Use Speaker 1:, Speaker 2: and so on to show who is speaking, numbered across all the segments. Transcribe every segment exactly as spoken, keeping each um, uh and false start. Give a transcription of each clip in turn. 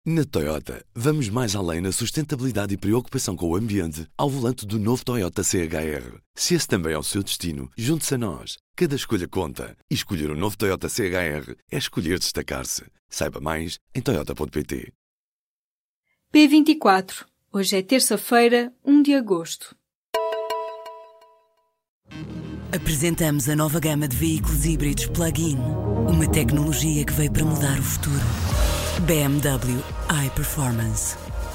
Speaker 1: Na Toyota, vamos mais além na sustentabilidade e preocupação com o ambiente ao volante do novo Toyota C H R. Se esse também é o seu destino, junte-se a nós. Cada escolha conta. E escolher o novo Toyota C H R é escolher destacar-se. Saiba mais em toyota ponto pt.
Speaker 2: P vinte e quatro. Hoje é terça-feira, um de agosto.
Speaker 3: Apresentamos a nova gama de veículos híbridos plug-in. Uma tecnologia que veio para mudar o futuro. B M W iPerformance.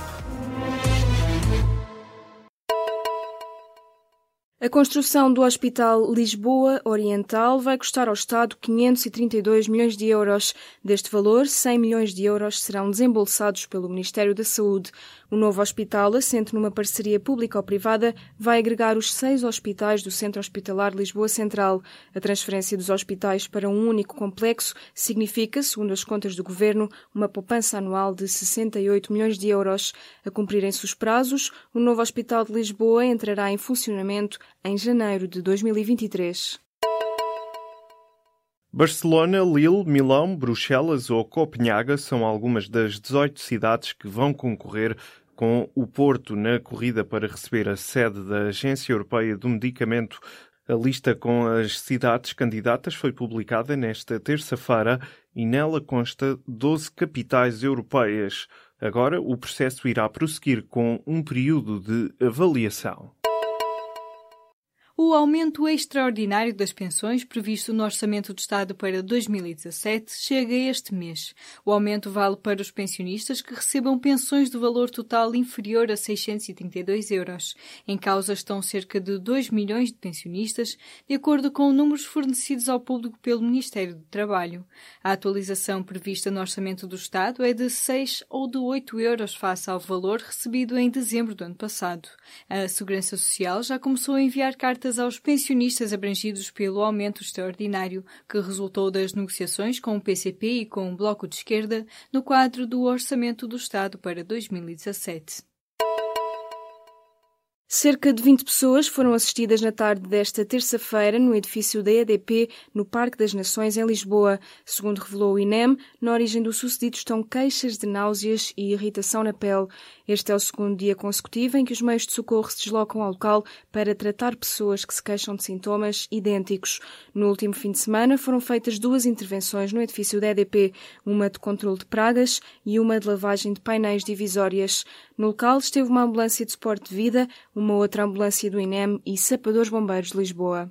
Speaker 2: A construção do Hospital Lisboa Oriental vai custar ao Estado quinhentos e trinta e dois milhões de euros. Deste valor, cem milhões de euros serão desembolsados pelo Ministério da Saúde. O novo hospital, assente numa parceria público-privada, vai agregar os seis hospitais do Centro Hospitalar Lisboa Central. A transferência dos hospitais para um único complexo significa, segundo as contas do Governo, uma poupança anual de sessenta e oito milhões de euros. A cumprirem-se os prazos, o novo Hospital de Lisboa entrará em funcionamento em janeiro de dois mil e vinte e três.
Speaker 4: Barcelona, Lille, Milão, Bruxelas ou Copenhaga são algumas das dezoito cidades que vão concorrer com o Porto na corrida para receber a sede da Agência Europeia do Medicamento. A lista com as cidades candidatas foi publicada nesta terça-feira e nela consta doze capitais europeias. Agora, o processo irá prosseguir com um período de avaliação.
Speaker 2: O aumento extraordinário das pensões previsto no Orçamento do Estado para dois mil e dezassete chega este mês. O aumento vale para os pensionistas que recebam pensões de valor total inferior a seiscentos e trinta e dois euros. Em causa estão cerca de dois milhões de pensionistas, de acordo com números fornecidos ao público pelo Ministério do Trabalho. A atualização prevista no Orçamento do Estado é de seis ou de oito euros face ao valor recebido em dezembro do ano passado. A Segurança Social já começou a enviar cartas aos pensionistas abrangidos pelo aumento extraordinário que resultou das negociações com o P C P e com o Bloco de Esquerda no quadro do Orçamento do Estado para dois mil e dezassete. Cerca de vinte pessoas foram assistidas na tarde desta terça-feira no edifício da E D P, no Parque das Nações, em Lisboa. Segundo revelou o I N E M, na origem do sucedido estão queixas de náuseas e irritação na pele. Este é o segundo dia consecutivo em que os meios de socorro se deslocam ao local para tratar pessoas que se queixam de sintomas idênticos. No último fim de semana foram feitas duas intervenções no edifício da E D P, uma de controle de pragas e uma de lavagem de painéis divisórias. No local esteve uma ambulância de suporte de vida, uma outra ambulância do I N E M e sapadores bombeiros de Lisboa.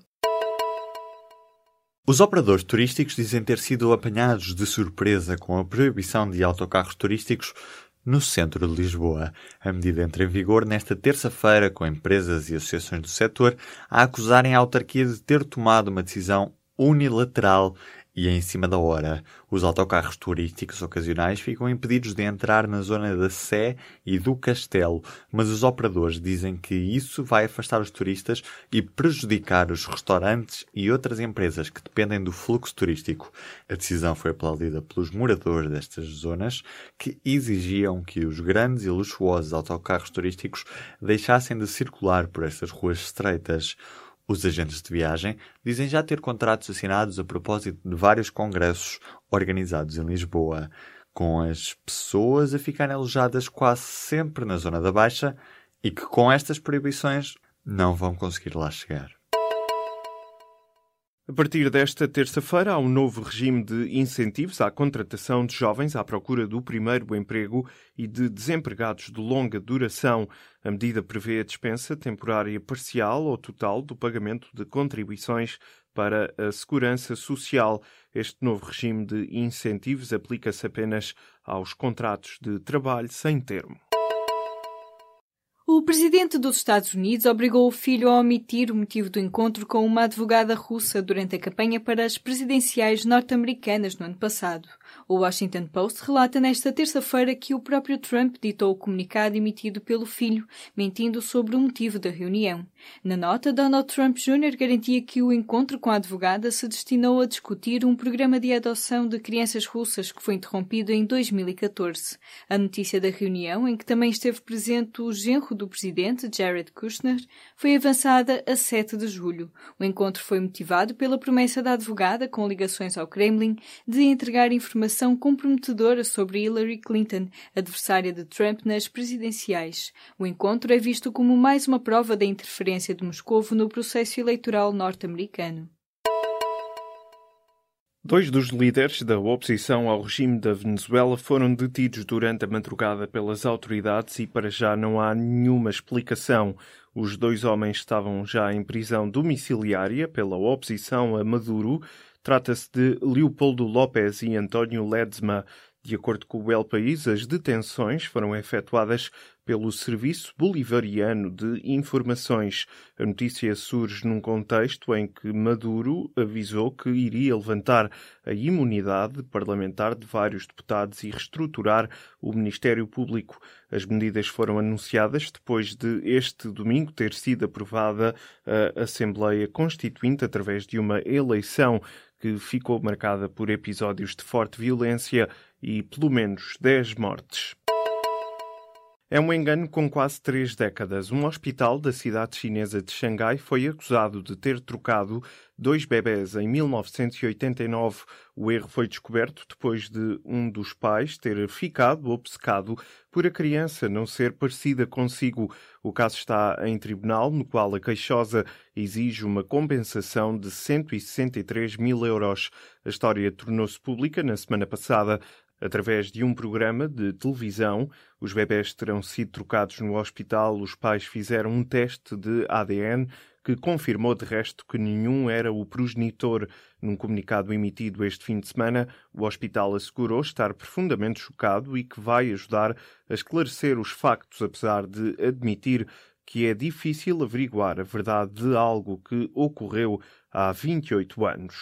Speaker 5: Os operadores turísticos dizem ter sido apanhados de surpresa com a proibição de autocarros turísticos no centro de Lisboa. A medida entra em vigor nesta terça-feira, com empresas e associações do setor a acusarem a autarquia de ter tomado uma decisão unilateral e em cima da hora. Os autocarros turísticos ocasionais ficam impedidos de entrar na zona da Sé e do Castelo, mas os operadores dizem que isso vai afastar os turistas e prejudicar os restaurantes e outras empresas que dependem do fluxo turístico. A decisão foi aplaudida pelos moradores destas zonas, que exigiam que os grandes e luxuosos autocarros turísticos deixassem de circular por estas ruas estreitas. Os agentes de viagem dizem já ter contratos assinados a propósito de vários congressos organizados em Lisboa, com as pessoas a ficarem alojadas quase sempre na zona da Baixa e que com estas proibições não vão conseguir lá chegar.
Speaker 4: A partir desta terça-feira há um novo regime de incentivos à contratação de jovens à procura do primeiro emprego e de desempregados de longa duração. A medida prevê a dispensa temporária parcial ou total do pagamento de contribuições para a segurança social. Este novo regime de incentivos aplica-se apenas aos contratos de trabalho sem termo.
Speaker 2: O presidente dos Estados Unidos obrigou o filho a omitir o motivo do encontro com uma advogada russa durante a campanha para as presidenciais norte-americanas no ano passado. O Washington Post relata nesta terça-feira que o próprio Trump ditou o comunicado emitido pelo filho, mentindo sobre o motivo da reunião. Na nota, Donald Trump Júnior garantia que o encontro com a advogada se destinou a discutir um programa de adoção de crianças russas que foi interrompido em dois mil e catorze. A notícia da reunião, em que também esteve presente o genro do do presidente, Jared Kushner, foi avançada a sete de julho. O encontro foi motivado pela promessa da advogada, com ligações ao Kremlin, de entregar informação comprometedora sobre Hillary Clinton, adversária de Trump nas presidenciais. O encontro é visto como mais uma prova da interferência de Moscovo no processo eleitoral norte-americano.
Speaker 4: Dois dos líderes da oposição ao regime da Venezuela foram detidos durante a madrugada pelas autoridades e para já não há nenhuma explicação. Os dois homens estavam já em prisão domiciliária pela oposição a Maduro. Trata-se de Leopoldo López e António Ledesma. De acordo com o El País, as detenções foram efetuadas pelo Serviço Bolivariano de Informações. A notícia surge num contexto em que Maduro avisou que iria levantar a imunidade parlamentar de vários deputados e reestruturar o Ministério Público. As medidas foram anunciadas depois de este domingo ter sido aprovada a Assembleia Constituinte através de uma eleição que ficou marcada por episódios de forte violência e pelo menos dez mortes. É um engano com quase três décadas. Um hospital da cidade chinesa de Xangai foi acusado de ter trocado dois bebés em mil novecentos e oitenta e nove. O erro foi descoberto depois de um dos pais ter ficado obcecado por a criança não ser parecida consigo. O caso está em tribunal, no qual a queixosa exige uma compensação de cento e sessenta e três mil euros. A história tornou-se pública na semana passada. Através de um programa de televisão, os bebés terão sido trocados no hospital. Os pais fizeram um teste de A D N que confirmou de resto que nenhum era o progenitor. Num comunicado emitido este fim de semana, o hospital assegurou estar profundamente chocado e que vai ajudar a esclarecer os factos, apesar de admitir que é difícil averiguar a verdade de algo que ocorreu há vinte e oito anos.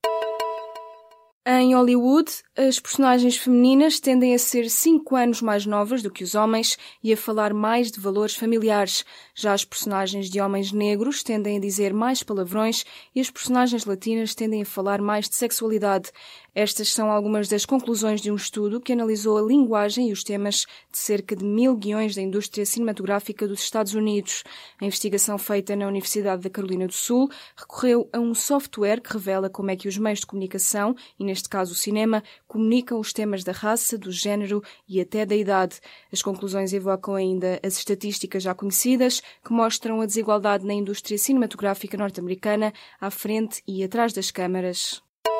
Speaker 6: Em Hollywood, as personagens femininas tendem a ser cinco anos mais novas do que os homens e a falar mais de valores familiares. Já as personagens de homens negros tendem a dizer mais palavrões e as personagens latinas tendem a falar mais de sexualidade. Estas são algumas das conclusões de um estudo que analisou a linguagem e os temas de cerca de mil guiões da indústria cinematográfica dos Estados Unidos. A investigação feita na Universidade da Carolina do Sul recorreu a um software que revela como é que os meios de comunicação, e neste caso o cinema, comunicam os temas da raça, do género e até da idade. As conclusões evocam ainda as estatísticas já conhecidas, que mostram a desigualdade na indústria cinematográfica norte-americana à frente e atrás das câmaras.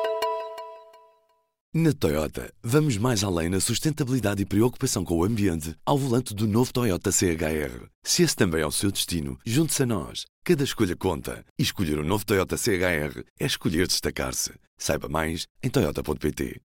Speaker 1: Na Toyota, vamos mais além na sustentabilidade e preocupação com o ambiente ao volante do novo Toyota C H R. Se esse também é o seu destino, junte-se a nós. Cada escolha conta. E escolher o novo Toyota C H R é escolher destacar-se. Saiba mais em toyota ponto pt.